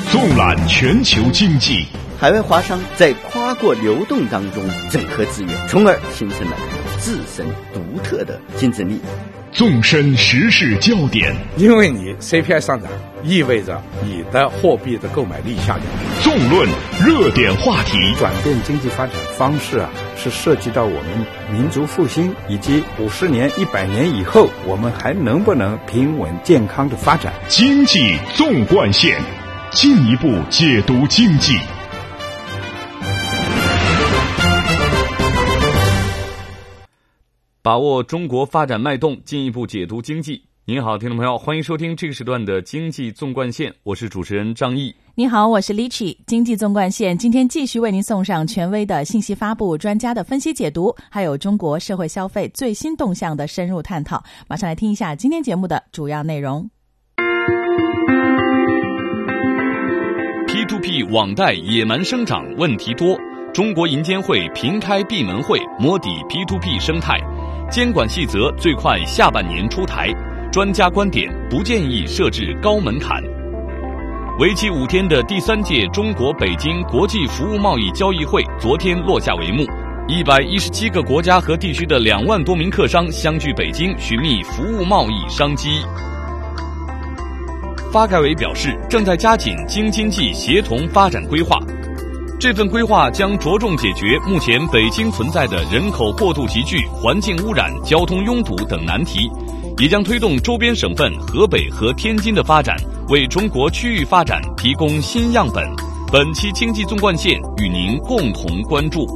纵览全球经济， 海外华商在跨国流动当中整合资源，从而形成了自身独特的竞争力。 纵深时事焦点， 因为你 CPI 上涨，意味着你的货币的购买力下降。 纵论热点话题， 转变经济发展方式是涉及到我们民族复兴，以及50年、100年以后，我们还能不能平稳健康的发展。 经济纵贯线，进一步解读经济。 把握中国发展脉动，进一步解读经济。您好，听众朋友，欢迎收听这个时段的经济纵贯线，我是主持人张毅。 你好，我是 Lichi。 经济纵贯线今天继续为您送上权威的信息发布、专家的分析解读，还有中国社会消费最新动向的深入探讨。马上来听一下今天节目的主要内容。 P2P 网贷野蛮生长问题多，中国银监会频开闭门会摸底 P2P 生态，监管细则最快下半年出台，专家观点不建议设置高门槛。为期5天的第3届中国北京国际服务贸易交易会昨天落下帷幕，117个国家和地区的2万多名客商相聚北京，寻觅服务贸易商机。发改委表示，正在加紧京津冀协同发展规划。这份规划将着重解决目前北京存在的人口过度集聚、环境污染、交通拥堵等难题，也将推动周边省份河北和天津的发展，为中国区域发展提供新样本。本期经济纵贯线与您共同关注。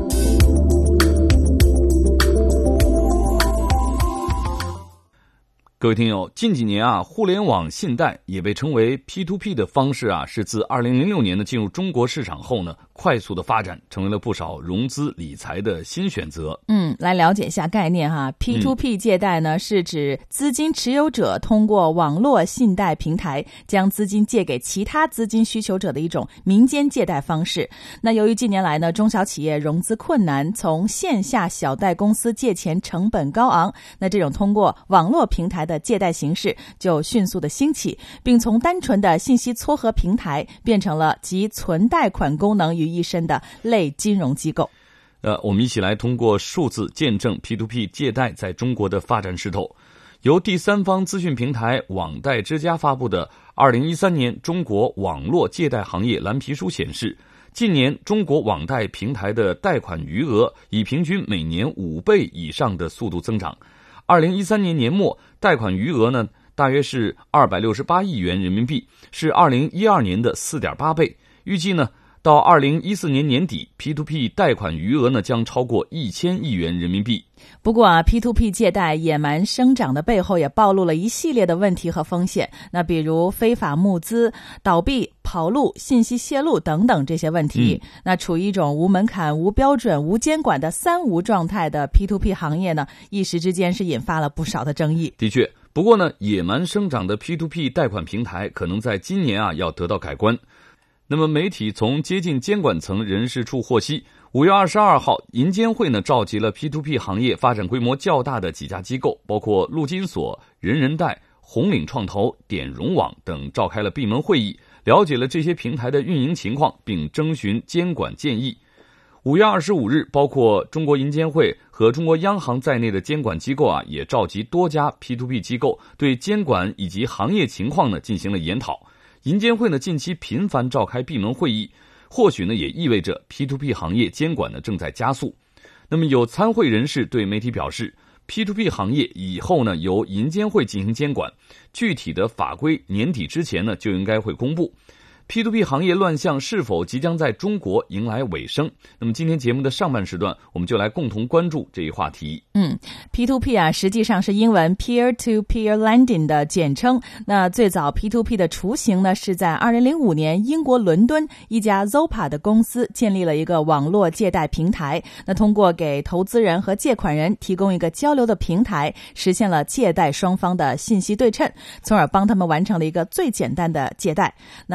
各位听友，近几年互联网信贷也被称为 P2P 的方式是自2006年进入中国市场后快速的发展，成为了不少融资理财的新选择。 来了解一下概念P2P 借贷呢，是指资金持有者通过网络信贷平台将资金借给其他资金需求者的一种民间借贷方式。那由于近年来中小企业融资困难，从线下小贷公司借钱成本高昂，那这种通过网络平台的借贷形式就迅速的兴起，并从单纯的信息撮合平台变成了集存贷款功能于一身的类金融机构。 我们一起来通过数字见证 P2P 借贷在中国的发展势头。由第三方资讯平台网贷之家发布的2013年中国网络借贷行业蓝皮书显示，近年中国网贷平台的贷款余额以平均每年5倍以上的速度增长。2013年年末，贷款余额大约是268亿元人民币，是2012年的 4.8 倍。预计到2014年年底， P2P 贷款余额将超过1000亿元人民币。 不过P2P 借贷野蛮生长的背后也暴露了一系列的问题和风险，那比如非法募资、倒闭、跑路、信息泄露等等这些问题。那处于一种无门槛、无标准、无监管的3无状态的 P2P 行业一时之间是引发了不少的争议。 的确，不过野蛮生长的 P2P 贷款平台可能在今年要得到改观。那么媒体从接近监管层人士处获悉，5月22号，银监会召集了 P2P 行业发展规模较大的几家机构，包括陆金所、人人贷、红岭创投、点融网等，召开了闭门会议，了解了这些平台的运营情况，并征询监管建议。5月25日，包括中国银监会和中国央行在内的监管机构也召集多家 P2P 机构，对监管以及行业情况进行了研讨。银监会近期频繁召开闭门会议，或许也意味着 P2P 行业监管正在加速。那么有参会人士对媒体表示， P2P 行业以后由银监会进行监管，具体的法规年底之前就应该会公布。P2P 行业乱象是否即将在中国迎来尾声？那么今天节目的上半时段，我们就来共同关注这一话题。 P2P 实际上是英文 Peer-to-Peer Lending 的简称。那最早 P2P 的雏形是在2005年英国伦敦一家 Zopa 的公司建立了一个网络借贷平台。那通过给投资人和借款人提供一个交流的平台，实现了借贷双方的信息对称，从而帮他们完成了一个最简单的借贷。那 P2P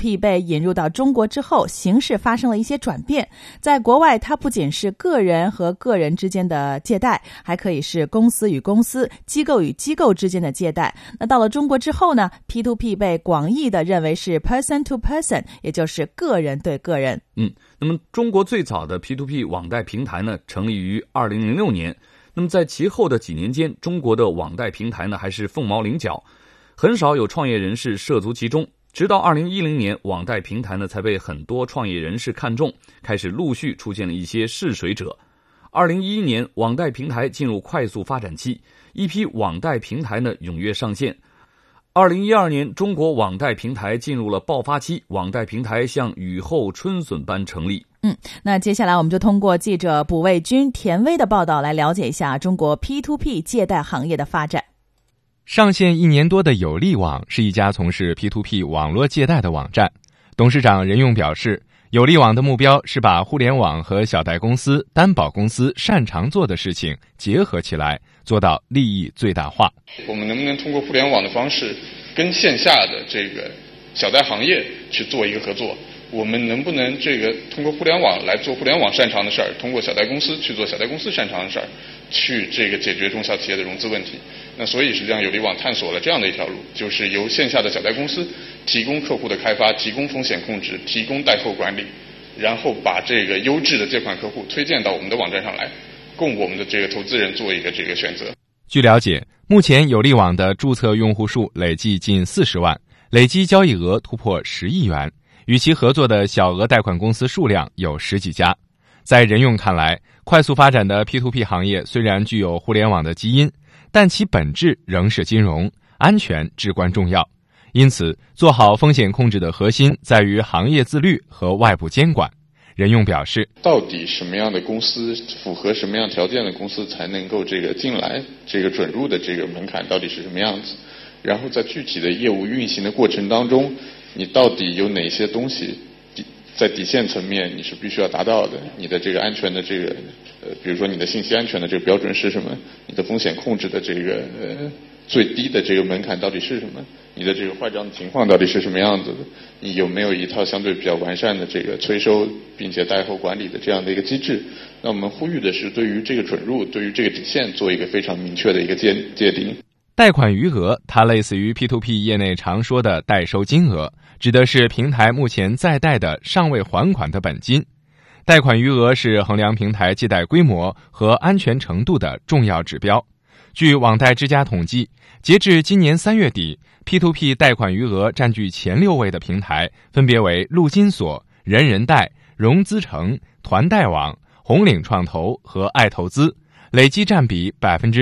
P2P 被引入到中国之后，形势发生了一些转变。在国外，它不仅是个人和个人之间的借贷，还可以是公司与公司、机构与机构之间的借贷。那到了中国之后呢， P2P 被广义的认为是 person to person， 也就是个人对个人。 那么中国最早的 P2P 网贷平台呢，成立于2006年。那么在其后的几年间，中国的网贷平台呢还是凤毛麟角，很少有创业人士涉足其中。直到2010年，网贷平台呢才被很多创业人士看中，开始陆续出现了一些试水者。2011年，网贷平台进入快速发展期，一批网贷平台呢踊跃上线。2012年，中国网贷平台进入了爆发期，网贷平台像雨后春笋般成立。 那接下来我们就通过记者卜卫军、田威的报道来了解一下中国 P2P 借贷行业的发展。 上线1年多的有利网是一家从事 P2P 网络借贷的网站。董事长任用表示，有利网的目标是把互联网和小贷公司、担保公司擅长做的事情结合起来，做到利益最大化。 我们能不能通过互联网的方式跟线下的这个小贷行业去做一个合作？我们能不能通过互联网来做互联网擅长的事儿，通过小贷公司去做小贷公司擅长的事儿，去解决中小企业的融资问题？那所以实际上有利网探索了这样的一条路，就是由线下的小贷公司提供客户的开发，提供风险控制，提供贷后管理，然后把这个优质的借款客户推荐到我们的网站上来，供我们的投资人做一个选择。 据了解，目前有利网的注册用户数累计近40万，累计交易额突破10亿元。与其合作的小额贷款公司数量有10几家。在任用看来，快速发展的 P2P 行业虽然具有互联网的基因，但其本质仍是金融，安全至关重要。因此，做好风险控制的核心在于行业自律和外部监管。任用表示， 到底什么样的公司符合什么样条件的公司才能够进来，准入的门槛到底是什么样子？然后在具体的业务运行的过程当中，你到底有哪些东西在底线层面你是必须要达到的？你的安全的比如说你的信息安全的标准是什么？你的风险控制的最低的门槛到底是什么？你的坏账的情况到底是什么样子的？你有没有一套相对比较完善的催收并且贷后管理的这样的一个机制？那我们呼吁的是对于准入，对于底线做一个非常明确的一个界定。 贷款余额，它类似于 P2P 业内常说的代收金额，指的是平台目前在贷的尚未还款的本金。贷款余额是衡量平台借贷规模和安全程度的重要指标。据网贷之家统计，截至今年3月底， P2P 贷款余额占据前6位的平台分别为陆金所、人人贷、融资城、团贷网、红岭创投和爱投资，累计占比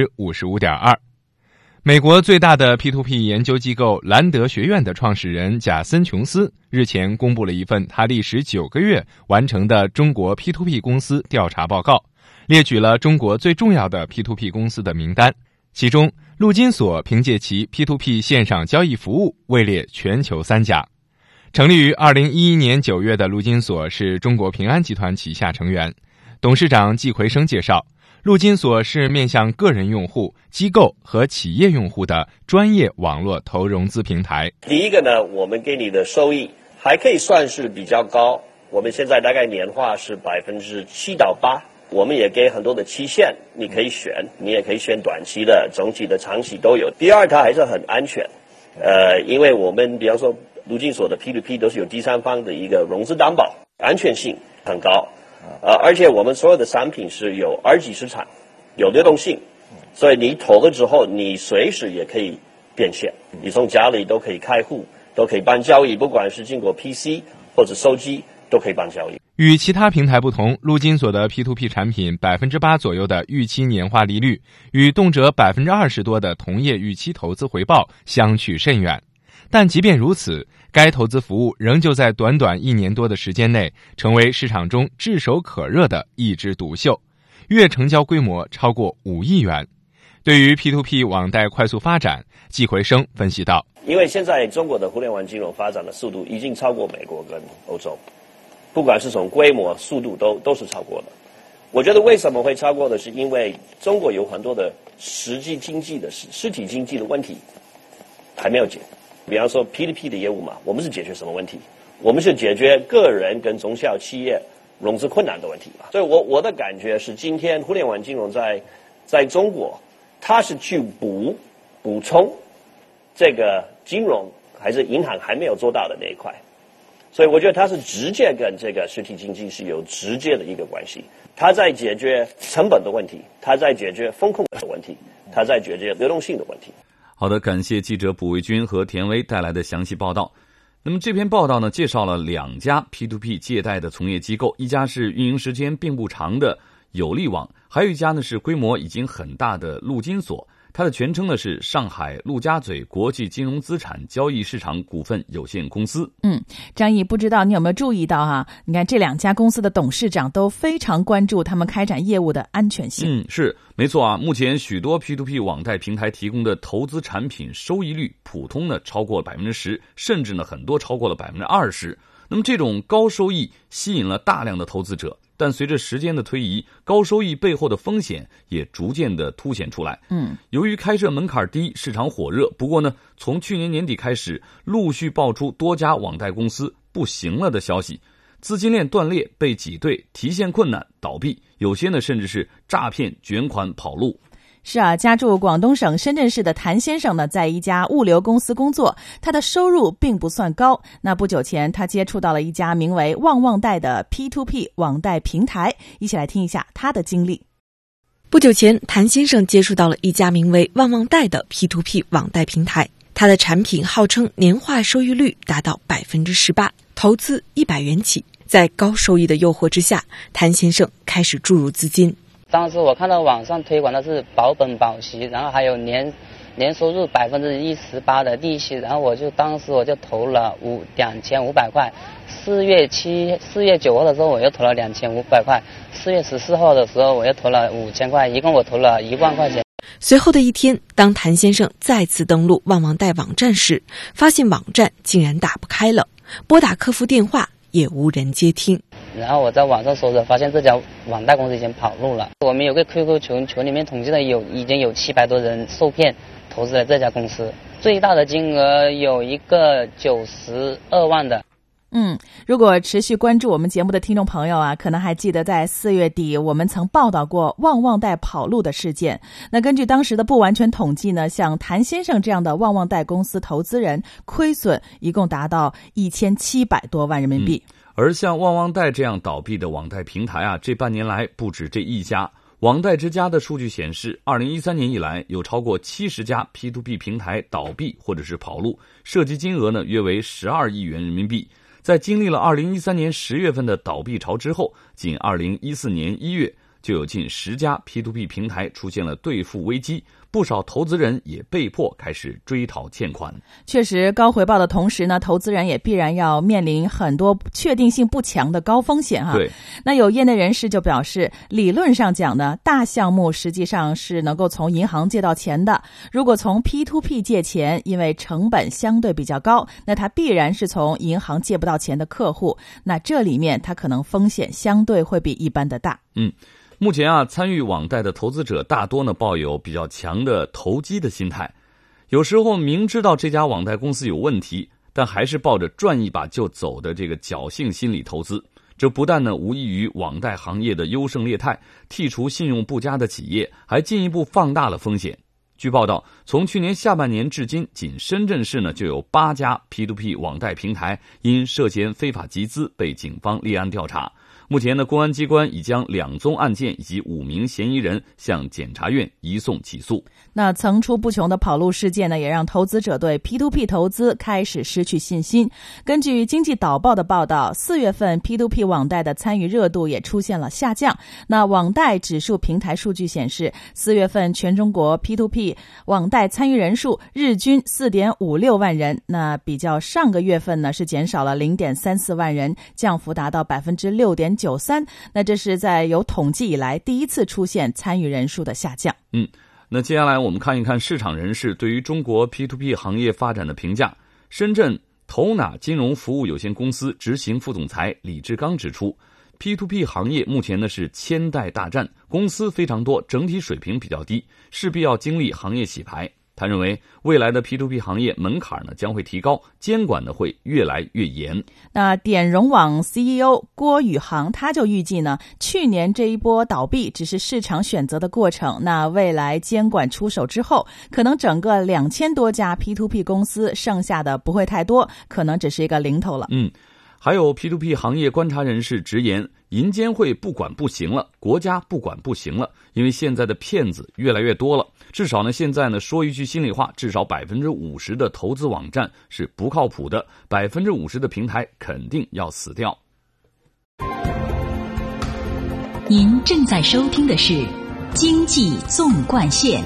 55.2%。美国最大的 P2P 研究机构兰德学院的创始人贾森·琼斯日前公布了一份他历时9个月完成的中国 P2P 公司调查报告，列举了中国最重要的 P2P 公司的名单，其中陆金所凭借其 P2P 线上交易服务位列全球3甲。成立于2011年9月的陆金所是中国平安集团旗下成员。董事长季奎生介绍，陆金所是面向个人用户、机构和企业用户的专业网络投融资平台。 第一个呢，我们给你的收益还可以算是比较高，我们现在大概年化是7%到8%。我们也给很多的期限，你可以选，你也可以选短期的、中期的、长期都有。第二，它还是很安全，因为我们比方说陆金所的 P2P 都是有第三方的一个融资担保，安全性很高。而且我们所有的产品是有二级市场，有流动性，所以你投了之后，你随时也可以变现，你从家里都可以开户，都可以办交易，不管是经过 PC 或者手机都可以办交易。 与其他平台不同，陆金所的 P2P 产品 8% 左右的预期年化利率，与动辄 20% 多的同业预期投资回报相去甚远。但即便如此，该投资服务仍旧在短短1年多的时间内，成为市场中炙手可热的一枝独秀，月成交规模超过5亿元。对于 P2P 网贷快速发展，季奎生分析道， 因为现在中国的互联网金融发展的速度已经超过美国跟欧洲，不管是从规模、速度都是超过的。我觉得为什么会超过的是因为中国有很多的实体经济的问题还没有解。 比方说 P2P 的业务嘛，我们是解决什么问题？我们是解决个人跟中小企业融资困难的问题嘛。所以我的感觉是，今天互联网金融在中国，它是去补充这个金融还是银行还没有做到的那一块。所以我觉得它是直接跟这个实体经济是有直接的一个关系。它在解决成本的问题，它在解决风控的问题，它在解决流动性的问题。 好的，感谢记者卜卫军和田薇带来的详细报道。那么这篇报道呢，介绍了2家 P2P 借贷的从业机构，一家是运营时间并不长的有利网，还有一家呢是规模已经很大的陆金所，它的全称呢是上海陆家嘴国际金融资产交易市场股份有限公司。 张毅，不知道你有没有注意到哈？你看这2家公司的董事长都非常关注他们开展业务的安全性。 是没错啊。目前许多 P2P 网贷平台提供的投资产品收益率普通呢超过 10%， 甚至呢很多超过了 20%。那么这种高收益吸引了大量的投资者，但随着时间的推移，高收益背后的风险也逐渐的凸显出来。由于开设门槛低，市场火热，不过呢，从去年年底开始，陆续爆出多家网贷公司不行了的消息，资金链断裂，被挤兑，提现困难，倒闭，有些呢甚至是诈骗卷款跑路。 是啊，家住广东省深圳市的谭先生呢，在一家物流公司工作，他的收入并不算高。那不久前，他接触到了一家名为旺旺贷的 P2P 网贷平台，一起来听一下他的经历。 不久前，谭先生接触到了一家名为旺旺贷的 P2P 网贷平台，他的产品号称年化收益率达到 18%， 投资100元起。在高收益的诱惑之下，谭先生开始注入资金。 当时我看到网上推广的是保本保息，然后还有年收入 18% 的利息，然后当时我就投了2500块。4月9号的时候我又投了2500块，4月14号的时候我又投了5000块，一共我投了1万块钱。 随后的一天，当谭先生再次登录旺旺贷网站时，发现网站竟然打不开了，拨打客服电话也无人接听。 然后我在网上搜索，发现这家网贷公司已经跑路了。我们有个 QQ 群里面统计的已经有700多人受骗投资了这家公司，最大的金额有一个92万的。 如果持续关注我们节目的听众朋友啊，可能还记得在4月底我们曾报道过旺旺贷跑路的事件。那根据当时的不完全统计呢，像谭先生这样的旺旺贷公司投资人亏损一共达到1700多万人民币。 而像旺旺贷这样倒闭的网贷平台啊，这半年来不止这一家。网贷之家的数据显示，2013年以来有超过70家 P2P 平台倒闭或者是跑路，涉及金额呢约为12亿元人民币。在经历了2013年10月份的倒闭潮之后，仅2014年1月就有近10家 P2P 平台出现了兑付危机，不少投资人也被迫开始追讨欠款。 确实，高回报的同时呢，投资人也必然要面临很多确定性不强的高风险哈。 对， 那有业内人士就表示，理论上讲呢，大项目实际上是能够从银行借到钱的。如果从 P2P 借钱，因为成本相对比较高，那它必然是从银行借不到钱的客户，那这里面它可能风险相对会比一般的大。 目前啊，参与网贷的投资者大多呢抱有比较强的投机的心态，有时候明知道这家网贷公司有问题，但还是抱着赚一把就走的这个侥幸心理投资。这不但呢无异于网贷行业的优胜劣汰，剔除信用不佳的企业，还进一步放大了风险。据报道，从去年下半年至今，仅深圳市呢就有8家 P2P 网贷平台因涉嫌非法集资被警方立案调查。目前呢，公安机关已将2宗案件以及5名嫌疑人向检察院移送起诉。 那层出不穷的跑路事件呢，也让投资者对 P2P 投资开始失去信心。根据经济导报的报道，4月份 P2P 网贷的参与热度也出现了下降。那网贷指数平台数据显示，4月份全中国 P2P 网贷参与人数日均 4.56 万人，那比较上个月份呢是减少了 0.34 万人，降幅达到 6.93%。那这是在有统计以来第一次出现参与人数的下降。 那接下来我们看一看市场人士对于中国 P2P 行业发展的评价。深圳头哪金融服务有限公司执行副总裁李志刚指出， P2P 行业目前呢是千代大战，公司非常多，整体水平比较低，势必要经历行业洗牌。 他认为未来的 P2P 行业门槛呢将会提高，监管呢会越来越严。 那点融网 CEO 郭宇航他就预计呢，去年这一波倒闭只是市场选择的过程，那未来监管出手之后，可能整个2000多家 P2P 公司剩下的不会太多，可能只是一个零头了。 还有 P2P 行业观察人士直言，银监会不管不行了，国家不管不行了，因为现在的骗子越来越多了。至少呢，现在呢说一句心里话，至少50%的投资网站是不靠谱的，50%的平台肯定要死掉。 您正在收听的是《经济纵贯线》。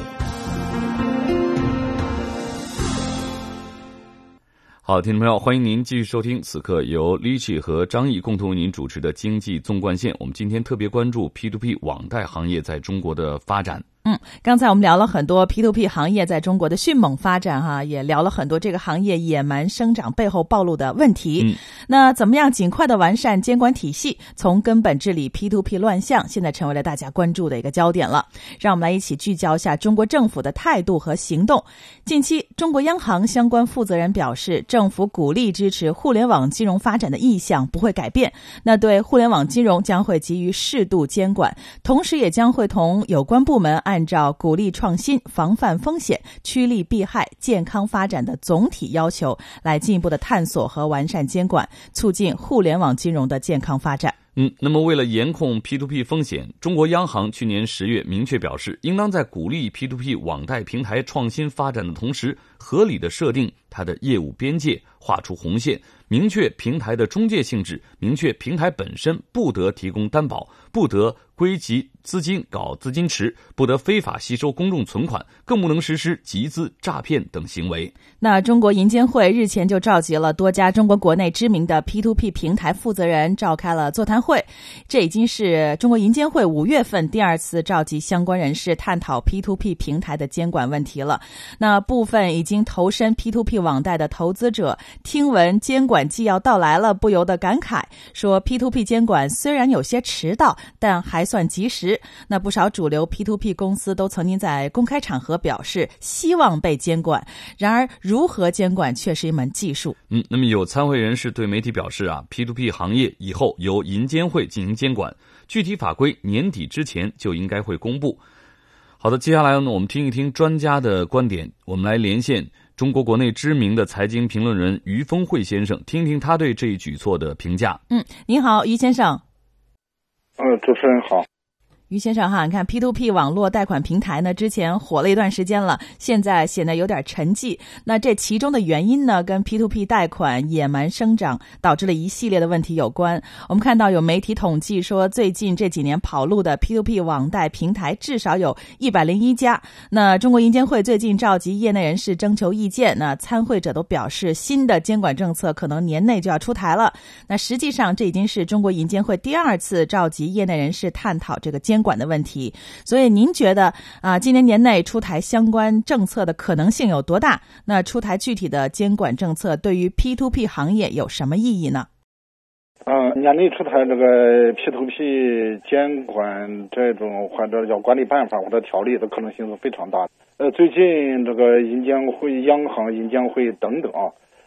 好，听众朋友，欢迎您继续收听此刻由李奇和张毅共同为您主持的经济纵贯线。我们今天特别关注 P2P 网贷行业在中国的发展。 刚才我们聊了很多 P2P 行业在中国的迅猛发展哈，也聊了很多这个行业野蛮生长背后暴露的问题。那怎么样尽快的完善监管体系，从根本治理 P2P 乱象，现在成为了大家关注的一个焦点了。让我们来一起聚焦一下中国政府的态度和行动。近期，中国央行相关负责人表示，政府鼓励支持互联网金融发展的意向不会改变，那对互联网金融将会给予适度监管，同时也将会同有关部门按照鼓励创新、防范风险、趋利避害、健康发展的总体要求，来进一步的探索和完善监管，促进互联网金融的健康发展。 那么为了严控 P2P 风险，中国央行去年10月明确表示，应当在鼓励 P2P 网贷平台创新发展的同时，合理的设定它的业务边界，画出红线，明确平台的中介性质，明确平台本身不得提供担保，不得归集资金搞资金池，不得非法吸收公众存款，更不能实施集资诈骗等行为。 那中国银监会日前就召集了多家中国国内知名的 P2P 平台负责人召开了座谈会，这已经是中国银监会5月份第2次召集相关人士探讨 P2P 平台的监管问题了。那部分已经投身 P2P 网贷的投资者听闻监管季要到来了，不由得感慨说， P2P 监管虽然有些迟到，但还算及时。那不少主流 P2P 公司都曾经在公开场合表示希望被监管，然而如何监管却是一门技术。 那么有参会人士对媒体表示P2P 行业以后由银监会进行监管，具体法规年底之前就应该会公布。好的，接下来呢，我们听一听专家的观点，我们来连线中国国内知名的财经评论人于峰慧先生，听听他对这一举措的评价。 您好，于先生。 主持人好。 于先生哈，你看 P2P 网络贷款平台呢，之前火了一段时间了，现在显得有点沉寂。那这其中的原因呢，跟 P2P 贷款野蛮生长导致了一系列的问题有关。我们看到有媒体统计说，最近这几年跑路的 P2P 网贷平台至少有101家。那中国银监会最近召集业内人士征求意见，那参会者都表示，新的监管政策可能年内就要出台了。那实际上，这已经是中国银监会第2次召集业内人士探讨这个监管的问题。所以您觉得今年年内出台相关政策的可能性有多大？那出台具体的监管政策对于 P2P 行业有什么意义呢？ 年内出台这个 P2P 监管这种或者叫管理办法或者条例的可能性是非常大的。最近这个银监会、央行、银监会等等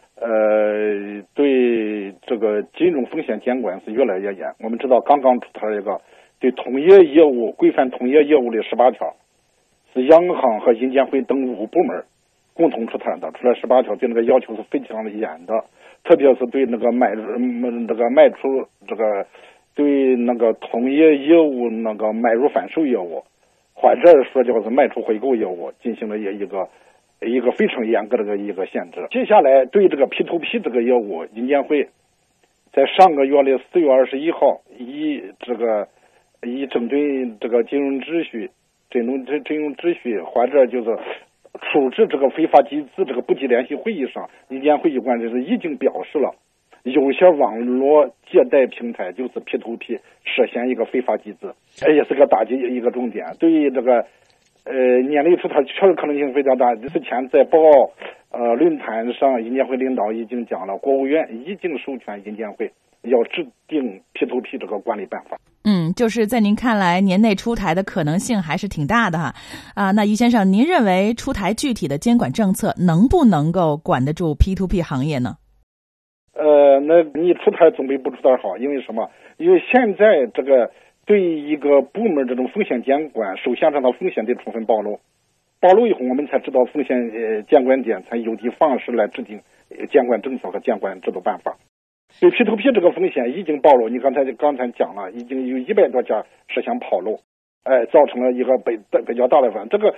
对这个金融风险监管是越来越严。我们知道刚刚出台一个对同业业务规范同业业务的18条，是央行和银监会等5部门共同出台的，出来18条，对那个要求是非常的严的，特别是对那个卖出这个对那个同业业务那个买入反售业务，或者说叫是卖出回购业务，进行了一个非常严格的一个限制。接下来对这个 P2P 这个业务，银监会在上个月的4月21号以针对这个金融秩序或者就是处置这个非法集资这个不及联席会议上，银监会有关就是已经表示了，有些网络借贷平台就是 P2P 涉嫌一个非法集资，也是个打击一个重点。对于这个年内出台确实可能性非常大。之前在报告论坛上，银监会领导已经讲了，国务院已经授权银监会要制定 P2P 这个管理办法。 就是在您看来，年内出台的可能性还是挺大的哈。那于先生，您认为出台具体的监管政策能不能够管得住 P2P 行业呢？ 那你出台总比不出台好，因为什么？因为现在这个对一个部门这种风险监管，首先让它风险得充分暴露，暴露以后我们才知道风险监管点，才有的方式来制定监管政策和监管制度办法。对 P2P 这个风险已经暴露，你刚才讲了，已经有100多家实现跑路，造成了一个比较大的问题。这个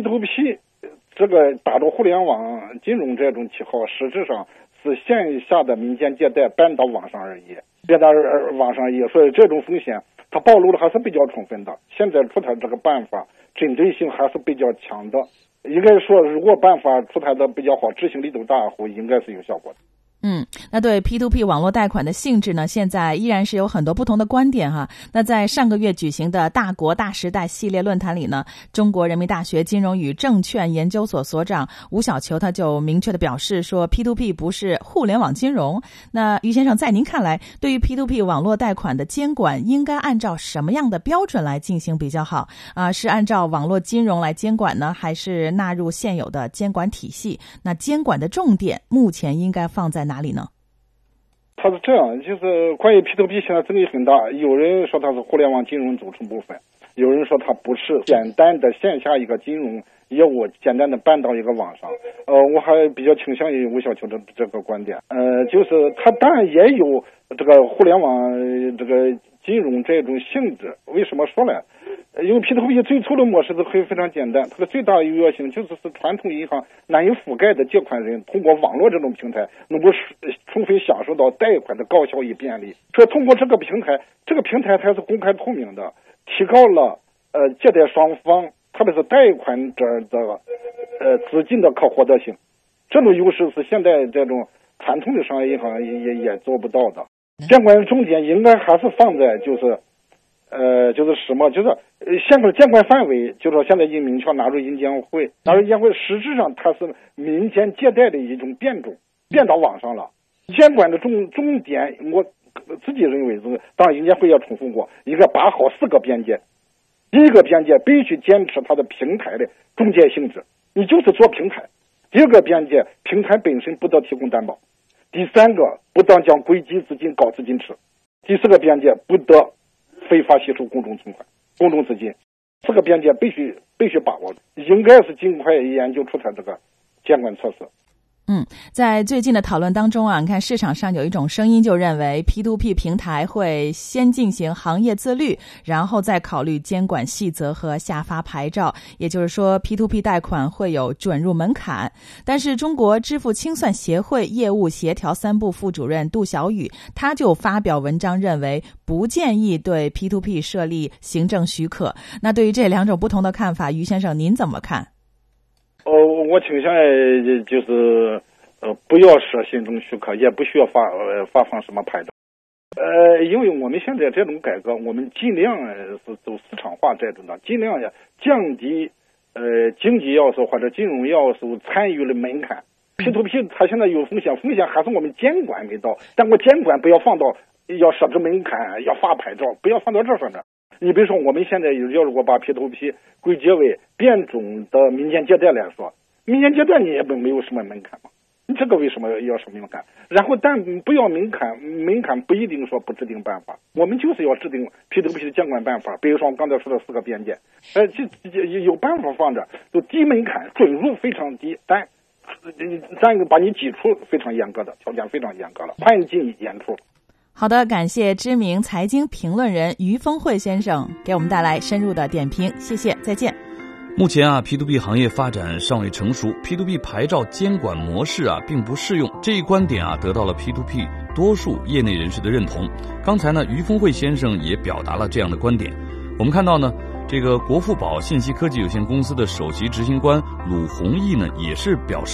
P2P 这个打着互联网金融这种旗号，实质上是线下的民间借贷搬到网上而已，所以这种风险它暴露的还是比较充分的。现在出台这个办法针对性还是比较强的，应该说如果办法出台的比较好，执行力度大后，应该是有效果的。 那对 P2P 网络贷款的性质呢，现在依然是有很多不同的观点哈。那在上个月举行的大国大时代系列论坛里呢，中国人民大学金融与证券研究所所长吴小球他就明确的表示说 P2P 不是互联网金融。那于先生，在您看来，对于 P2P 网络贷款的监管应该按照什么样的标准来进行比较好是按照网络金融来监管呢，还是纳入现有的监管体系？那监管的重点目前应该放在哪里呢？ 它是这样，就是关于 P2P 现在争议很大，有人说它是互联网金融组成部分，有人说它不是简单的线下一个金融业务简单的搬到一个网上。我还比较倾向于吴小球这个观点。就是它当然也有这个互联网这个金融这种性质。为什么说呢？因为 P2P 最初的模式可以非常简单，它的最大优越性就是传统银行难以覆盖的借款人通过网络这种平台能够充分享受到贷款的高效与便利。所以通过这个平台它是公开透明的，提高了借贷双方特别是贷款者的资金的可获得性。这种优势是现在这种传统的商业银行也做不到的。监管重点应该还是放在就是什么？就是监管范围，就是说现在已经明确纳入银监会，实质上它是民间借贷的一种变种，变到网上了。监管的重点，我自己认为是，当然银监会要重复过，应该把好4个边界。第一个边界必须坚持它的平台的中介性质，你就是做平台。第二个边界，平台本身不得提供担保。第3个，不当将归集资金搞资金池。第4个边界，不得非法吸收公众存款、公众资金。4个边界必须把握，应该是尽快研究出台这个监管措施。 在最近的讨论当中你看市场上有一种声音就认为 P2P 平台会先进行行业自律，然后再考虑监管细则和下发牌照，也就是说 P2P 贷款会有准入门槛。但是中国支付清算协会业务协调3部副主任杜小雨他就发表文章认为不建议对 P2P 设立行政许可。那对于这2种不同的看法，于先生您怎么看？ 我倾向于就是不要设行政许可，也不需要发放什么牌照。因为我们现在这种改革，我们尽量是走市场化这种的，尽量也降低经济要素或者金融要素参与的门槛。P2P 它现在有风险还是我们监管没到，但我监管不要放到要设置门槛、要发牌照，不要放到这上面。你比如说，我们现在如果把 P2P 归结为变种的民间借贷来说，民间借贷你也没有什么门槛嘛，你这个为什么要什么门槛？然后但不要门槛不一定说不制定办法，我们就是要制定 P2P 的监管办法。比如说我刚才说的4个边界，有办法放着，就低门槛，准入非常低，但把你挤出非常严格的条件，非常严格了，宽进严出。 好的，感谢知名财经评论人于峰慧先生给我们带来深入的点评，谢谢，再见。 目前P2P 行业发展尚未成熟， P2P 牌照监管模式并不适用，这一观点得到了 P2P 多数业内人士的认同。刚才于峰慧先生也表达了这样的观点。我们看到这个国富宝信息科技有限公司的首席执行官鲁宏毅也是表示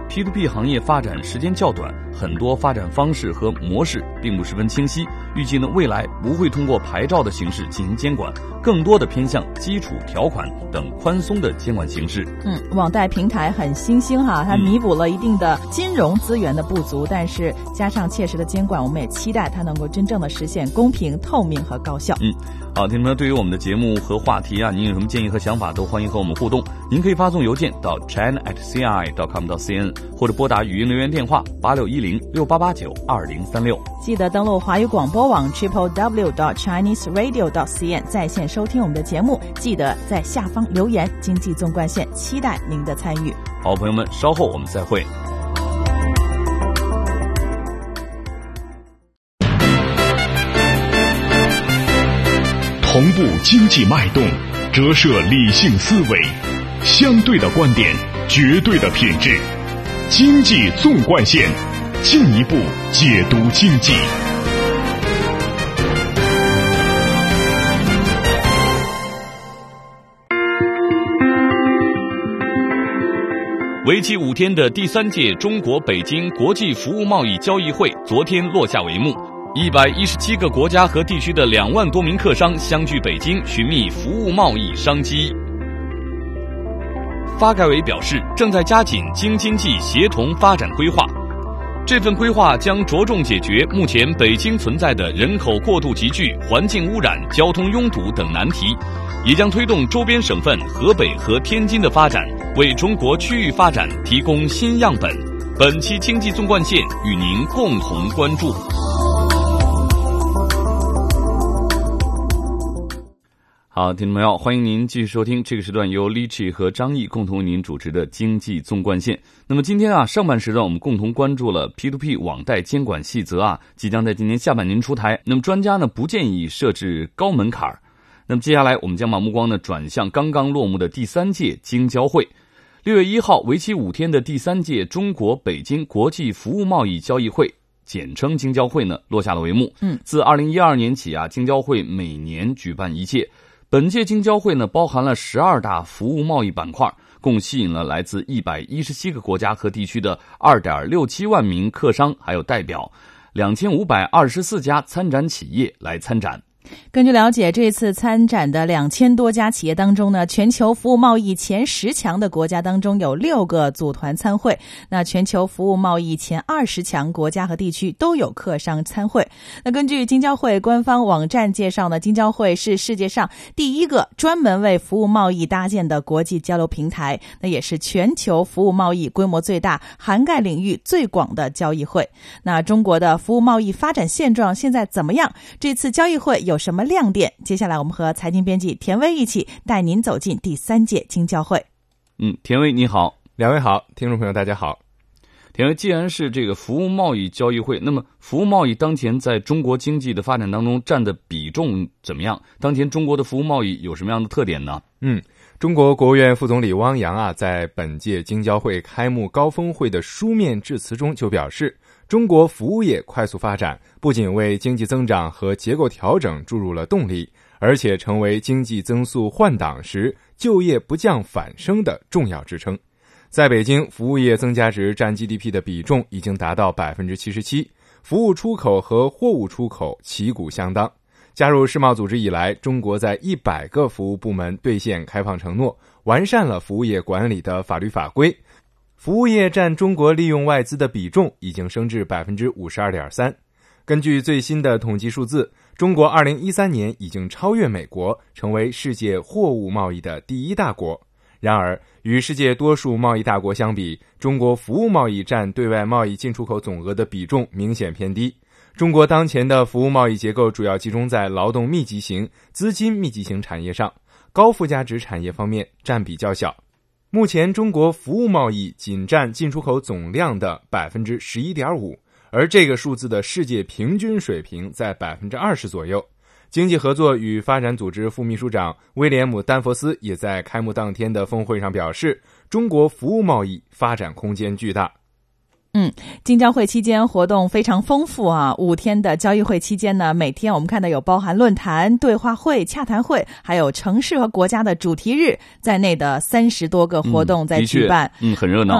P2P 行业发展时间较短，很多发展方式和模式并不十分清晰。预计呢，未来不会通过牌照的形式进行监管，更多的偏向基础条款等宽松的监管形式。 网贷平台很新兴哈，它弥补了一定的金融资源的不足，但是加上切实的监管，我们也期待它能够真正的实现公平、透明和高效。 好，听众们，对于我们的节目和话题啊，您有什么建议和想法，都欢迎和我们互动。您可以发送邮件到 china@cri.com.cn， 或者拨打语音留言电话861068892036。 记得登录华语广播网 www.chineseradio.cn 在线收听我们的节目。记得在下方留言，经济纵贯线期待您的参与。 好，朋友们，稍后我们再会。 同步经济脉动，折射理性思维，相对的观点，绝对的品质。经济纵贯线，进一步解读经济。 为期5天的第3届中国北京国际服务贸易交易会昨天落下帷幕。117个国家和地区的2万多名客商相聚北京，寻觅服务贸易商机。发改委表示，正在加紧京津冀协同发展规划。这份规划将着重解决目前北京存在的人口过度集聚、环境污染、交通拥堵等难题，也将推动周边省份河北和天津的发展，为中国区域发展提供新样本。本期经济纵贯线与您共同关注。好，听众朋友，欢迎您继续收听这个时段由 Lichi 和张毅共同为您主持的经济纵贯线。那么今天啊，上半时段我们共同关注了 P2P 网贷监管细则啊，即将在今年下半年出台。那么专家呢不建议设置高门槛。那么接下来我们将把目光呢转向刚刚落幕的第3届京交会。6月1号，为期5天的第3届中国北京国际服务贸易交易会，简称京交会呢落下了帷幕。自2012年起啊，京交会每年举办一届。本届京交会呢，包含了12大服务贸易板块，共吸引了来自117个国家和地区的2.67万名客商还有代表，2524家参展企业来参展。 根据了解，这次参展的2000多家企业当中呢，全球服务贸易前10强的国家当中有6个组团参会，那全球服务贸易前20强国家和地区都有客商参会。那根据京交会官方网站介绍呢，京交会是世界上第一个专门为服务贸易搭建的国际交流平台，那也是全球服务贸易规模最大、涵盖领域最广的交易会。那中国的服务贸易发展现状现在怎么样？这次交易会有什么亮点？接下来我们和财经编辑田薇一起带您走进第3届京交会。 田薇你好。 两位好，听众朋友大家好。 田薇，既然是这个服务贸易交易会，那么服务贸易当前在中国经济的发展当中占的比重怎么样？当前中国的服务贸易有什么样的特点呢？ 中国国务院副总理汪洋啊，在本届京交会开幕高峰会的书面致辞中就表示，中国服务业快速发展不仅为经济增长和结构调整注入了动力，而且成为经济增速换挡时就业不降反升的重要支撑。在北京，服务业增加值占 GDP 的比重已经达到 77%， 服务出口和货物出口旗鼓相当。加入世贸组织以来，中国在100个服务部门兑现开放承诺，完善了服务业管理的法律法规。服务业占中国利用外资的比重已经升至 52.3%。 根据最新的统计数字，中国2013年已经超越美国，成为世界货物贸易的第1大国。然而，与世界多数贸易大国相比，中国服务贸易占对外贸易进出口总额的比重明显偏低。中国当前的服务贸易结构主要集中在劳动密集型、资金密集型产业上，高附加值产业方面占比较小。目前中国服务贸易仅占进出口总量的 11.5%， 而这个数字的世界平均水平在 20% 左右。经济合作与发展组织副秘书长威廉姆·丹佛斯也在开幕当天的峰会上表示，中国服务贸易发展空间巨大。 京交会期间活动非常丰富啊！5天的交易会期间呢，每天我们看到有包含论坛、对话会、洽谈会，还有城市和国家的主题日在内的30多个活动在举办。 很热闹。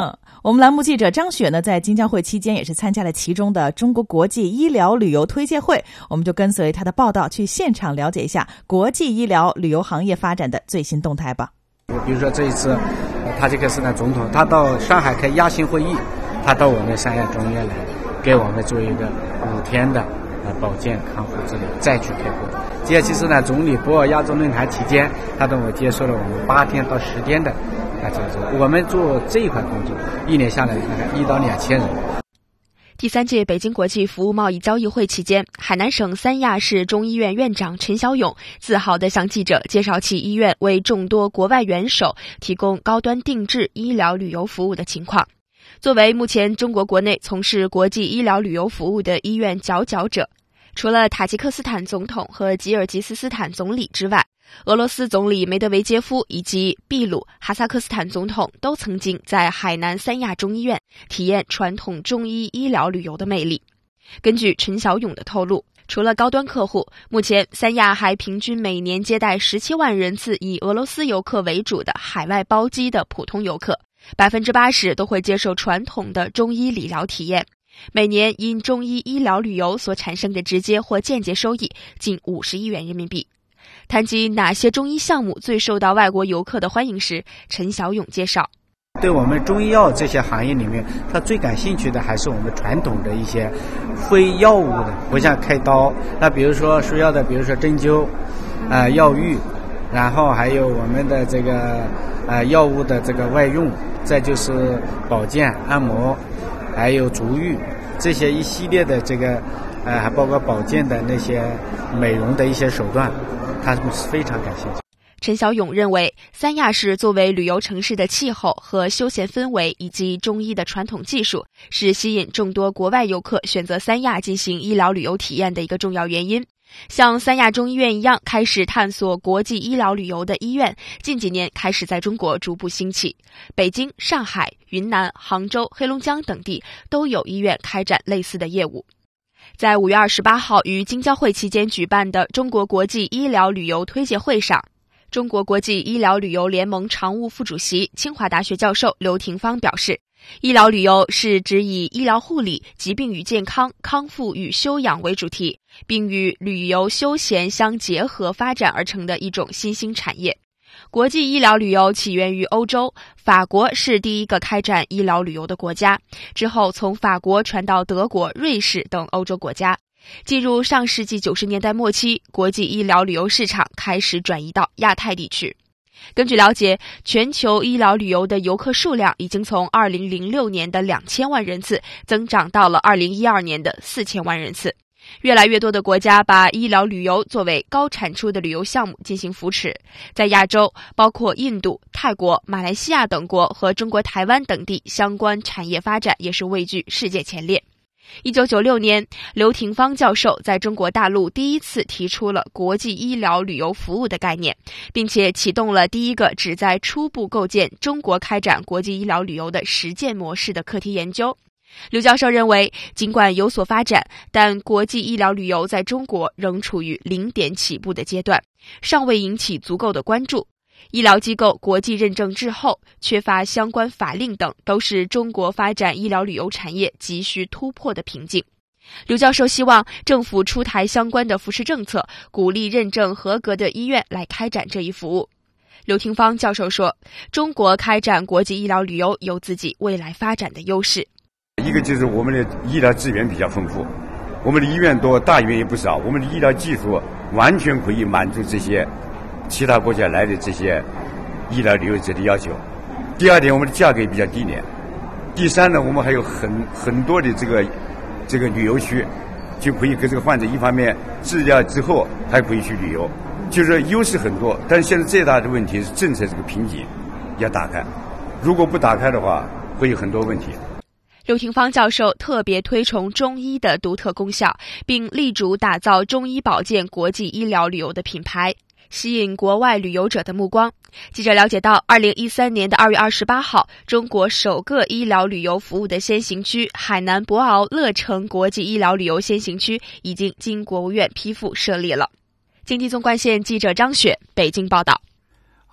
我们栏目记者张雪呢，在金交会期间也是参加了其中的中国国际医疗旅游推介会，我们就跟随他的报道去现场了解一下国际医疗旅游行业发展的最新动态吧。 比如说这一次塔吉克斯坦总统他到上海开亚行会议，他到我们三亚中医院来给我们做一个5天的保健康复之旅再去开会。吉尔吉斯坦总理博尔亚洲论坛期间，他跟我接受了我们8天到10天的我们做这一块工作1年下来大概1到2000人。 第3届北京国际服务贸易交易会期间，海南省三亚市中医院院长陈小勇自豪地向记者介绍其医院为众多国外元首提供高端定制医疗旅游服务的情况。作为目前中国国内从事国际医疗旅游服务的医院佼佼者，除了塔吉克斯坦总统和吉尔吉斯斯坦总理之外，俄罗斯总理梅德韦杰夫以及秘鲁、哈萨克斯坦总统都曾经在海南三亚中医院体验传统中医医疗旅游的魅力。根据陈小勇的透露，除了高端客户，目前三亚还平均每年接待17万人次以俄罗斯游客为主的海外包机的普通游客，80%都会接受传统的中医理疗体验。每年因中医医疗旅游所产生的直接或间接收益近50亿元人民币。谈及哪些中医项目最受到外国游客的欢迎时，陈小勇介绍， 对我们中医药这些行业里面，他最感兴趣的还是我们传统的一些非药物的，不像开刀，那比如说需要的，比如说针灸、药浴，然后还有我们的这个药物的这个外用，再就是保健、按摩，还有足浴，这些一系列的这个还包括保健的那些美容的一些手段，他们是非常感兴趣。 陈小勇认为，三亚市作为旅游城市的气候和休闲氛围以及中医的传统技术，是吸引众多国外游客选择三亚进行医疗旅游体验的一个重要原因。像三亚中医院一样开始探索国际医疗旅游的医院，近几年开始在中国逐步兴起。北京、上海、云南、杭州、黑龙江等地都有医院开展类似的业务。在5月28号于京交会期间举办的中国国际医疗旅游推介会上，中国国际医疗旅游联盟常务副主席、清华大学教授刘廷芳表示，医疗旅游是指以医疗护理、疾病与健康、康复与休养为主题，并与旅游休闲相结合发展而成的一种新兴产业。国际医疗旅游起源于欧洲，法国是第一个开展医疗旅游的国家，之后从法国传到德国、瑞士等欧洲国家。进入上世纪90年代末期，国际医疗旅游市场开始转移到亚太地区。根据了解，全球医疗旅游的游客数量已经从2006年的2000万人次增长到了2012年的4000万人次。越来越多的国家把医疗旅游作为高产出的旅游项目进行扶持。在亚洲，包括印度、泰国、马来西亚等国和中国台湾等地，相关产业发展也是位居世界前列。1996年，刘廷芳教授在中国大陆第一次提出了国际医疗旅游服务的概念，并且启动了第一个旨在初步构建中国开展国际医疗旅游的实践模式的课题研究。刘教授认为，尽管有所发展，但国际医疗旅游在中国仍处于0点起步的阶段，尚未引起足够的关注。医疗机构国际认证滞后，缺乏相关法令等，都是中国发展医疗旅游产业急需突破的瓶颈。刘教授希望政府出台相关的扶持政策，鼓励认证合格的医院来开展这一服务。刘廷芳教授说，中国开展国际医疗旅游有自己未来发展的优势。 一个就是我们的医疗资源比较丰富，我们的医院多，大医院也不少，我们的医疗技术完全可以满足这些其他国家来的这些医疗旅游者的要求。第二点，我们的价格也比较低廉。第三呢，我们还有很多的这个旅游区，就可以给这个患者一方面治疗之后还可以去旅游，就是优势很多。但是现在最大的问题是政策这个瓶颈要打开，如果不打开的话，会有很多问题。 刘廷芳教授特别推崇中医的独特功效，并力主打造中医保健国际医疗旅游的品牌，吸引国外旅游者的目光。记者了解到，2013年的2月28号，中国首个医疗旅游服务的先行区海南博鳌乐城国际医疗旅游先行区已经经国务院批复设立了。经济纵贯线记者张雪北京报道。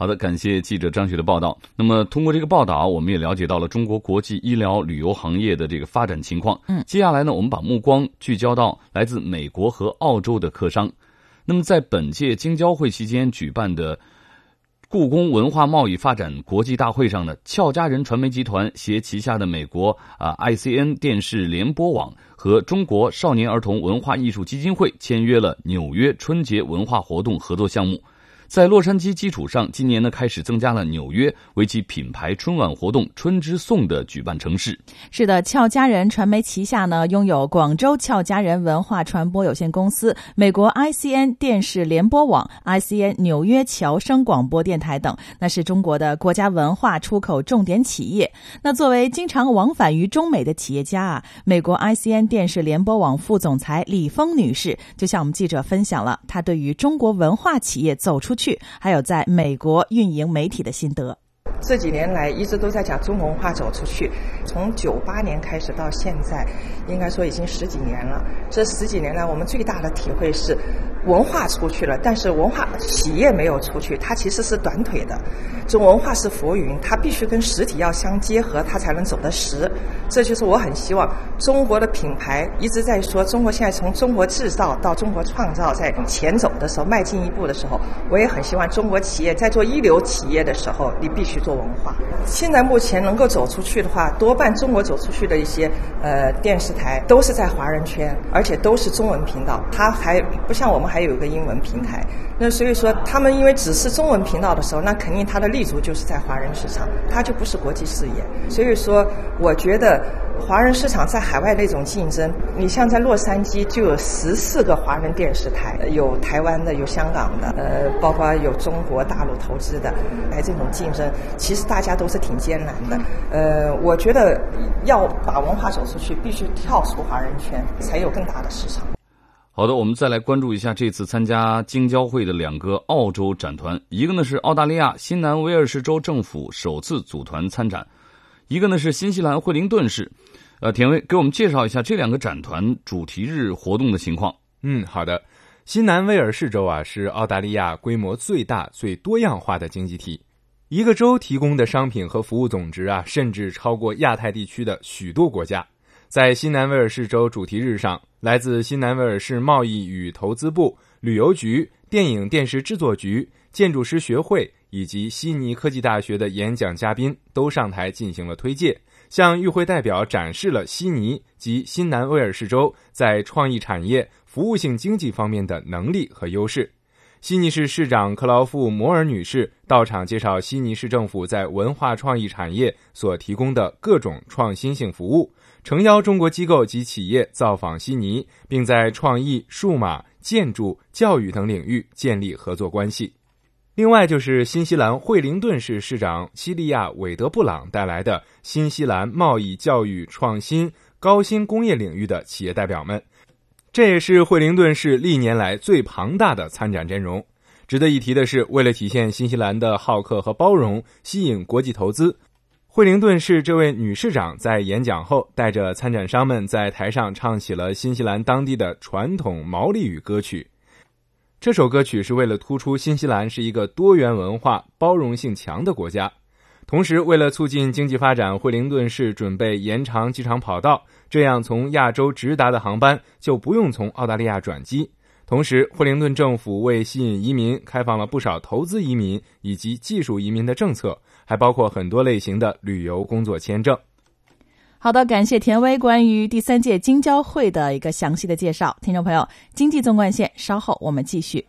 好的，感谢记者张雪的报道。那么通过这个报道，我们也了解到了中国国际医疗旅游行业的这个发展情况。接下来呢，我们把目光聚焦到来自美国和澳洲的客商。那么在本届京交会期间举办的故宫文化贸易发展国际大会上呢，俏佳人传媒集团携旗下的美国ICN 电视联播网和中国少年儿童文化艺术基金会签约了纽约春节文化活动合作项目。在洛杉矶基础上，今年呢开始增加了纽约为其品牌春晚活动春之颂的举办城市。 是的，俏佳人传媒旗下呢拥有广州俏佳人文化传播有限公司、美国 ICN 电视联播网、ICN 纽约侨声广播电台等，那是中国的国家文化出口重点企业。那作为经常往返于中美的企业家美国 ICN 电视联播网副总裁李峰女士就向我们记者分享了她对于中国文化企业走出去，还有在美国运营媒体的心得。 这几年来一直都在讲中国文化走出去，从98年开始到现在，应该说已经10几年了。这10几年来，我们最大的体会是，文化出去了，但是文化企业没有出去，它其实是短腿的。这文化是浮云，它必须跟实体要相结合，它才能走得实。这就是我很希望中国的品牌一直在说，中国现在从中国制造到中国创造在前走的时候，迈进一步的时候，我也很希望中国企业在做一流企业的时候，你必须做文化。现在目前能够走出去的话，多半中国走出去的一些电视台都是在华人圈，而且都是中文频道，它还不像我们还有一个英文平台。那所以说他们因为只是中文频道的时候，那肯定它的立足就是在华人市场，它就不是国际视野。所以说我觉得华人市场在海外的一种竞争，你像在洛杉矶就有14个华人电视台，有台湾的，有香港的，包括有中国大陆投资的，来这种竞争，其实大家都是挺艰难的。我觉得要把文化走出去，必须跳出华人圈，才有更大的市场。 好的，我们再来关注一下这次参加京交会的2个澳洲展团，一个呢是澳大利亚新南威尔士州政府首次组团参展，一个呢是新西兰惠灵顿市。田威给我们介绍一下这2个展团主题日活动的情况。 好的。新南威尔士州是澳大利亚规模最大、最多样化的经济体，一个州提供的商品和服务总值甚至超过亚太地区的许多国家。在新南威尔士州主题日上，来自新南威尔士贸易与投资部、旅游局、电影电视制作局、建筑师学会以及悉尼科技大学的演讲嘉宾都上台进行了推介，向与会代表展示了悉尼及新南威尔士州在创意产业、服务性经济方面的能力和优势。悉尼市市长克劳夫·摩尔女士到场介绍悉尼市政府在文化创意产业所提供的各种创新性服务，诚邀中国机构及企业造访悉尼，并在创意、数码、建筑、教育等领域建立合作关系。另外就是新西兰惠灵顿市市长西利亚·韦德布朗带来的新西兰贸易、教育、创新、高新工业领域的企业代表们，这也是惠灵顿市历年来最庞大的参展阵容。值得一提的是，为了体现新西兰的好客和包容，吸引国际投资，惠灵顿市这位女市长在演讲后带着参展商们在台上唱起了新西兰当地的传统毛利语歌曲。这首歌曲是为了突出新西兰是一个多元文化、包容性强的国家。同时，为了促进经济发展，惠灵顿市准备延长机场跑道，这样从亚洲直达的航班就不用从澳大利亚转机。同时，惠灵顿政府为吸引移民开放了不少投资移民以及技术移民的政策，还包括很多类型的旅游工作签证。 好的，感谢田威关于第3届京交会的一个详细的介绍。听众朋友，经济纵贯线稍后我们继续。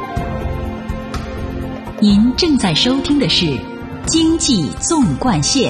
您正在收听的是经济纵贯线。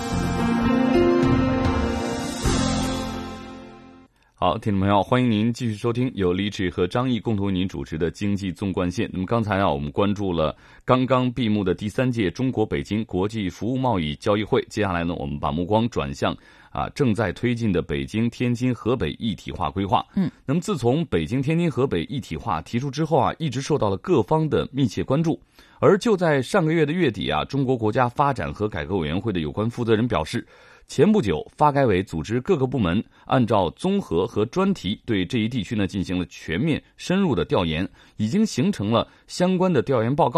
好，听众朋友，欢迎您继续收听由李志和张毅共同为您主持的经济纵贯线。那么刚才我们关注了刚刚闭幕的第3届中国北京国际服务贸易交易会，接下来呢，我们把目光转向正在推进的北京、天津、河北一体化规划。那么自从北京、天津、河北一体化提出之后一直受到了各方的密切关注。而就在上个月的月底中国国家发展和改革委员会的有关负责人表示，前不久发改委组织各个部门按照综合和专题对这一地区呢进行了全面深入的调研，已经形成了相关的调研报告。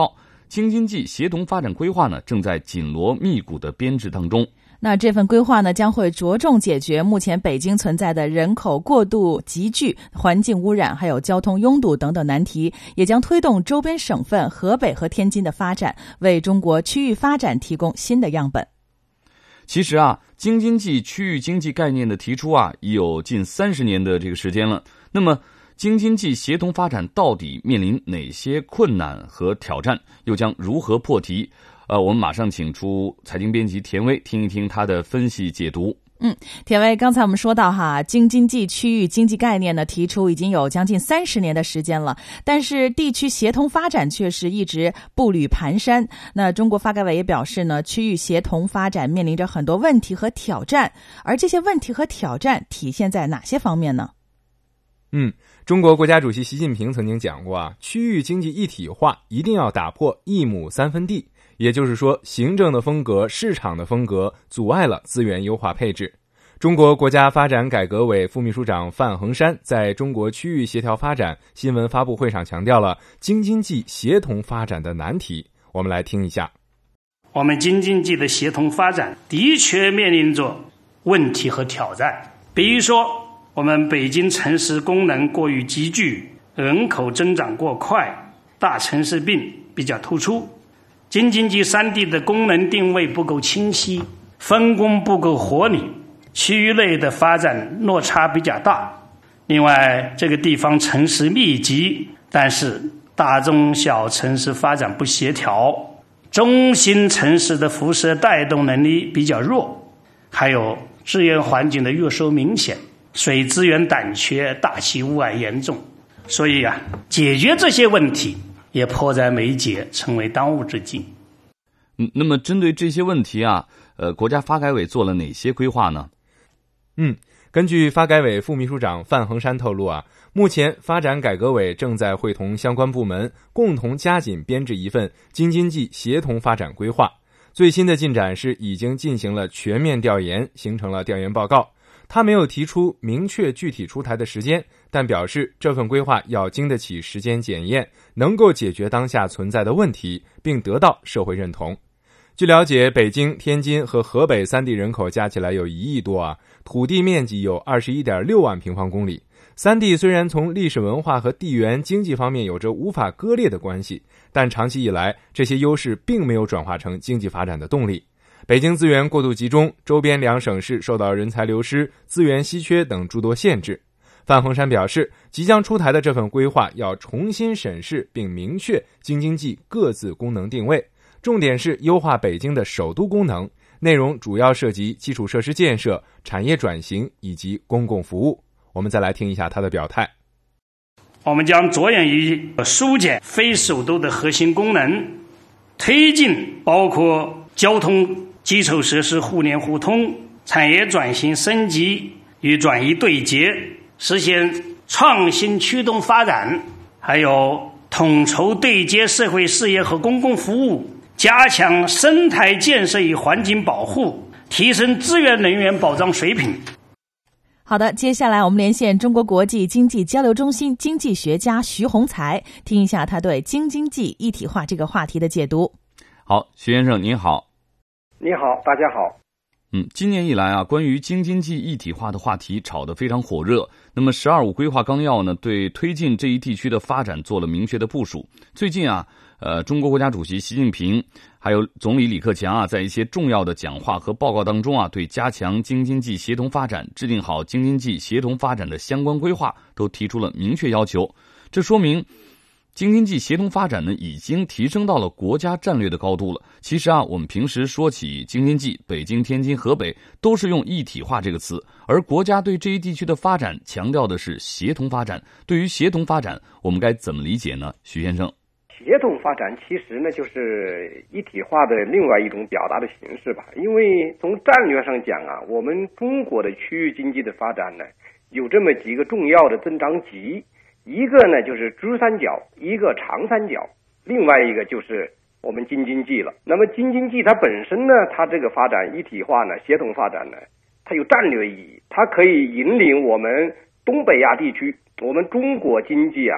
京津冀协同发展规划呢，正在紧锣密鼓的编制当中。 那这份规划呢，将会着重解决目前北京存在的人口过度集聚、环境污染还有交通拥堵等等难题，也将推动周边省份河北和天津的发展，为中国区域发展提供新的样本。 其实啊，京津冀区域经济概念的提出啊，已有近30年的这个时间了。那么京津冀协同发展到底面临哪些困难和挑战，又将如何破题？我们马上请出财经编辑田薇，听一听他的分析解读。 田薇，刚才我们说到京津冀区域经济概念呢，提出已经有将近30年的时间了，但是地区协同发展却是一直步履蹒跚。那中国发改委也表示呢，区域协同发展面临着很多问题和挑战，而这些问题和挑战体现在哪些方面呢？ 中国国家主席习近平曾经讲过区域经济一体化一定要打破一亩三分地，也就是说，行政的风格、市场的风格阻碍了资源优化配置。中国国家发展改革委副秘书长范恒山在中国区域协调发展新闻发布会上强调了京津冀协同发展的难题。我们来听一下。 我们京津冀的协同发展的确面临着问题和挑战，比如说我们北京城市功能过于集聚，人口增长过快，大城市病比较突出，京津冀3地的功能定位不够清晰，分工不够合理，区域内的发展落差比较大。另外，这个地方城市密集，但是大中小城市发展不协调，中心城市的辐射带动能力比较弱，还有资源环境的约束明显，水资源短缺，大气污染严重。所以解决这些问题也迫在眉睫，成为当务之急。 那么针对这些问题国家发改委做了哪些规划呢？ 根据发改委副秘书长范恒山透露目前发展改革委正在会同相关部门共同加紧编制一份京津冀协同发展规划。最新的进展是已经进行了全面调研，形成了调研报告。他没有提出明确具体出台的时间，但表示这份规划要经得起时间检验，能够解决当下存在的问题，并得到社会认同。据了解，北京、天津和河北3地人口加起来有1亿多土地面积有 21.6 万平方公里。3地虽然从历史文化和地缘经济方面有着无法割裂的关系，但长期以来这些优势并没有转化成经济发展的动力。北京资源过度集中，周边2省市受到人才流失、资源稀缺等诸多限制。范恒山表示，即将出台的这份规划要重新审视并明确京津冀各自功能定位，重点是优化北京的首都功能，内容主要涉及基础设施建设、产业转型以及公共服务。我们再来听一下他的表态。 我们将着眼于疏解非首都的核心功能，推进包括交通基础设施互联互通、产业转型升级与转移对接，实现创新驱动发展，还有统筹对接社会事业和公共服务，加强生态建设与环境保护，提升资源能源保障水平。 好的，接下来我们连线中国国际经济交流中心经济学家徐宏才，听一下他对京津冀一体化这个话题的解读。 好，徐先生您好。 你好，大家好。 今年以来关于京津冀一体化的话题炒得非常火热。那么“12五”规划纲要呢，对推进这一地区的发展做了明确的部署。最近中国国家主席习近平还有总理李克强在一些重要的讲话和报告当中对加强京津冀协同发展、制定好京津冀协同发展的相关规划都提出了明确要求。这说明京津冀协同发展呢，已经提升到了国家战略的高度了。其实我们平时说起京津冀，北京、天津、河北都是用一体化这个词，而国家对这一地区的发展强调的是协同发展。对于协同发展，我们该怎么理解呢？徐先生。 协同发展其实呢，就是一体化的另外一种表达的形式吧。因为从战略上讲我们中国的区域经济的发展呢，有这么几个重要的增长极。一个呢就是珠三角，一个长三角，另外一个就是我们京津冀了。那么京津冀它本身呢，它这个发展一体化呢，协同发展呢，它有战略意义，它可以引领我们东北亚地区，我们中国经济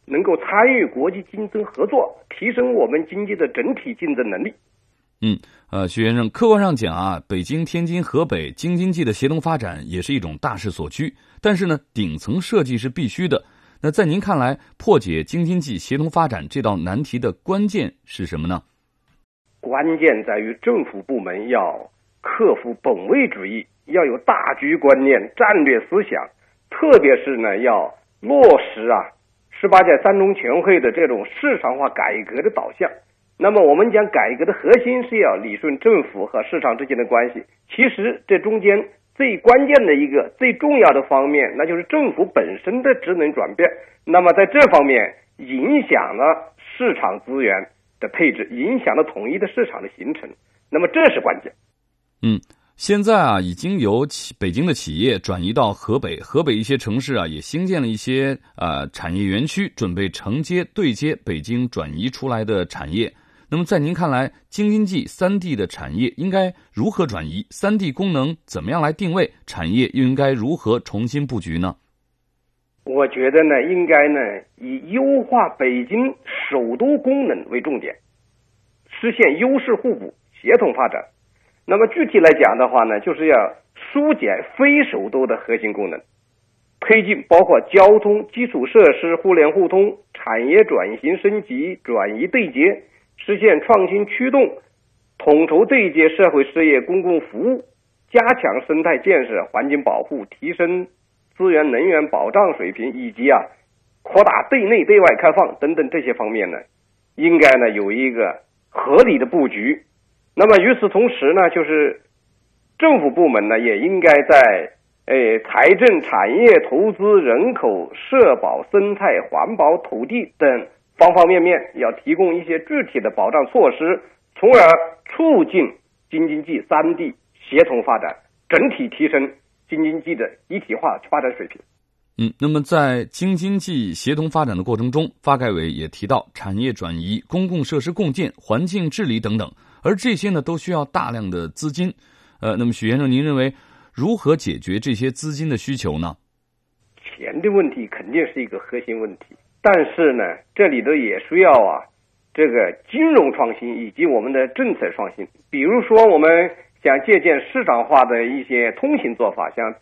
能够参与国际竞争合作，提升我们经济的整体竞争能力。 徐先生，客观上讲啊，北京、天津、河北京津冀的协同发展也是一种大势所趋，但是呢，顶层设计是必须的。那在您看来，破解京津冀协同发展这道难题的关键是什么呢？ 关键在于政府部门要克服本位主义，要有大局观念、战略思想，特别是呢，要落实18届三中全会的这种市场化改革的导向。那么我们讲改革的核心是要理顺政府和市场之间的关系，其实这中间最关键的一个最重要的方面，那就是政府本身的职能转变。那么在这方面影响了市场资源的配置，影响了统一的市场的形成，那么这是关键。 现在已经由北京的企业转移到河北一些城市也兴建了一些产业园区，准备承接对接北京转移出来的产业。那么在您看来，京津冀三地的产业应该如何转移？三地功能怎么样来定位？产业又应该如何重新布局呢？ 我觉得呢，应该呢以优化北京首都功能为重点，实现优势互补、协同发展。那么具体来讲的话呢，就是要疏解非首都的核心功能，推进包括交通、基础设施、互联互通、产业转型升级、转移对接，实现创新驱动，统筹对接社会事业、公共服务，加强生态建设、环境保护，提升资源能源保障水平，以及扩大对内对外开放等等这些方面呢，应该呢有一个合理的布局。那么与此同时呢，就是政府部门呢也应该在财政、产业、投资、人口、社保、生态、环保、土地等方方面面要提供一些具体的保障措施，从而促进京津冀三地协同发展，整体提升京津冀的一体化发展水平。 那么在京津冀协同发展的过程中，发改委也提到产业转移、公共设施共建、环境治理等等，而这些呢都需要大量的资金。那么许先生，您认为如何解决这些资金的需求呢？ 钱的问题肯定是一个核心问题，但是呢，这里头也需要这个金融创新以及我们的政策创新。比如说我们想借鉴市场化的一些通行做法，像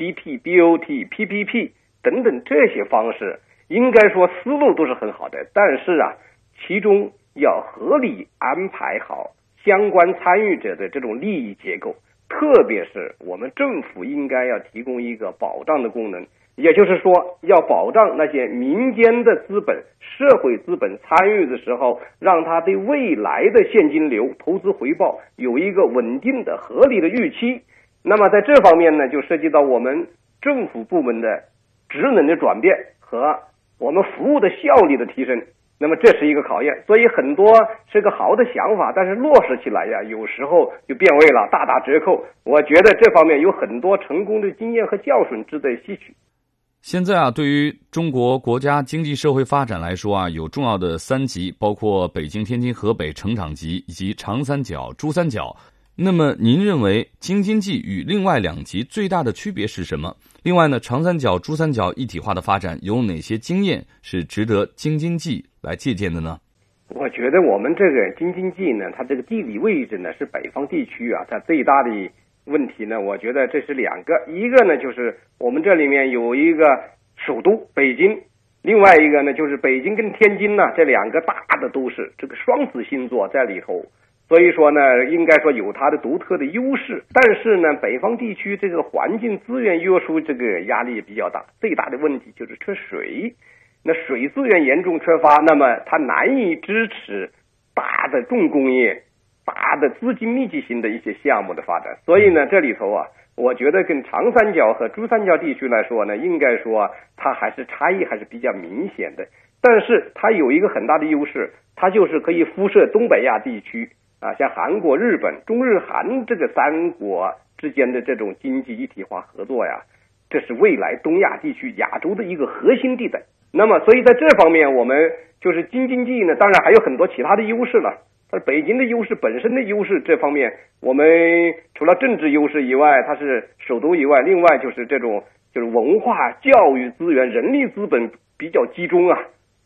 BT、BOT、PPP 等等这些方式，应该说思路都是很好的，但是其中要合理安排好相关参与者的这种利益结构，特别是我们政府应该要提供一个保障的功能，也就是说要保障那些民间的资本、社会资本参与的时候，让他对未来的现金流、投资回报有一个稳定的、合理的预期。那么在这方面呢，就涉及到我们政府部门的职能的转变和我们服务的效率的提升，那么这是一个考验。所以很多是个好的想法，但是落实起来有时候就变味了，大打折扣。我觉得这方面有很多成功的经验和教训值得吸取。 现在对于中国国家经济社会发展来说有重要的三极，包括北京、天津、河北成长极以及长三角、珠三角。那么您认为京津冀与另外两极最大的区别是什么？另外呢，长三角、珠三角一体化的发展有哪些经验是值得京津冀来借鉴的呢？ 我觉得我们这个京津冀呢，它这个地理位置呢是北方地区它最大的问题呢，我觉得这是两个，一个呢就是我们这里面有一个首都北京，另外一个呢就是北京跟天津呢这两个大的都市，这个双子星座在里头。所以说呢，应该说有它的独特的优势，但是呢，北方地区这个环境资源约束这个压力也比较大，最大的问题就是缺水。那水资源严重缺乏，那么它难以支持大的重工业、大的资金密集型的一些项目的发展。所以呢，这里头我觉得跟长三角和珠三角地区来说呢，应该说它还是差异还是比较明显的。但是它有一个很大的优势，它就是可以辐射东北亚地区。像韩国、日本、中日韩这个三国之间的这种经济一体化合作这是未来东亚地区、亚洲的一个核心地带。那么，所以在这方面，我们就是京津冀呢，当然还有很多其他的优势了。它北京的优势、本身的优势这方面，我们除了政治优势以外，它是首都以外，另外就是这种就是文化、教育资源、人力资本比较集中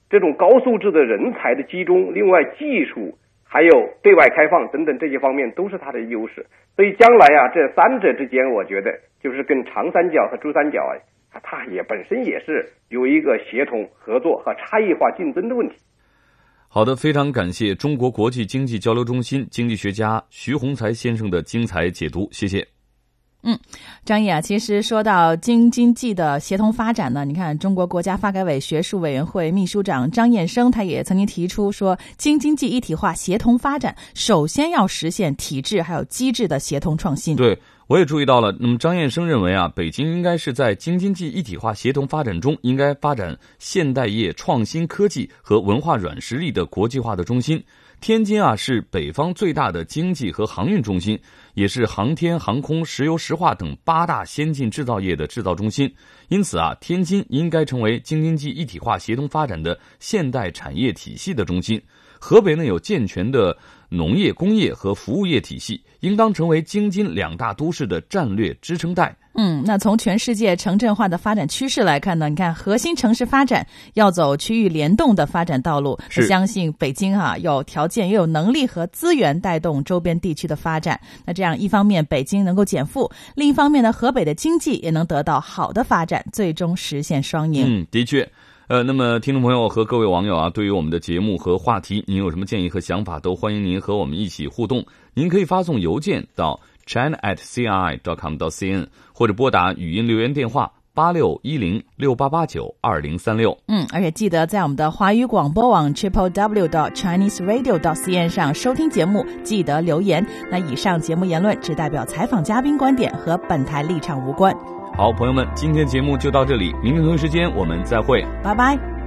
这种高素质的人才的集中，另外技术还有对外开放等等这些方面都是它的优势。所以将来啊，这三者之间，我觉得就是跟长三角和珠三角它也本身也是有一个协同合作和差异化竞争的问题。 好的，非常感谢中国国际经济交流中心经济学家徐洪才先生的精彩解读，谢谢。 张毅啊，其实说到京津冀的协同发展呢，你看中国国家发改委学术委员会秘书长张燕生他也曾经提出说，京津冀一体化协同发展首先要实现体制还有机制的协同创新。 对，我也注意到了。那么张燕生认为啊，北京应该是在京津冀一体化协同发展中，应该发展现代业创新科技和文化软实力的国际化的中心。天津啊是北方最大的经济和航运中心，也是航天、航空、石油石化等8大先进制造业的制造中心。因此啊，天津应该成为京津冀一体化协同发展的现代产业体系的中心。河北呢有健全的农业、工业和服务业体系，应当成为京津2大都市的战略支撑带。 那从全世界城镇化的发展趋势来看呢，你看核心城市发展要走区域联动的发展道路，相信北京有条件也有能力和资源带动周边地区的发展。那这样一方面北京能够减负，另一方面呢，河北的经济也能得到好的发展，最终实现双赢。 的确。那么听众朋友和各位网友啊，对于我们的节目和话题，您有什么建议和想法，都欢迎您和我们一起互动。您可以发送邮件到 china@cri.com.cn 或者拨打语音留言电话861068892036。 而且记得在我们的华语广播网 www.chineseradio.cn 上收听节目，记得留言。那以上节目言论只代表采访嘉宾观点，和本台立场无关。 好，朋友们，今天节目就到这里，明天同一时间我们再会， 拜拜。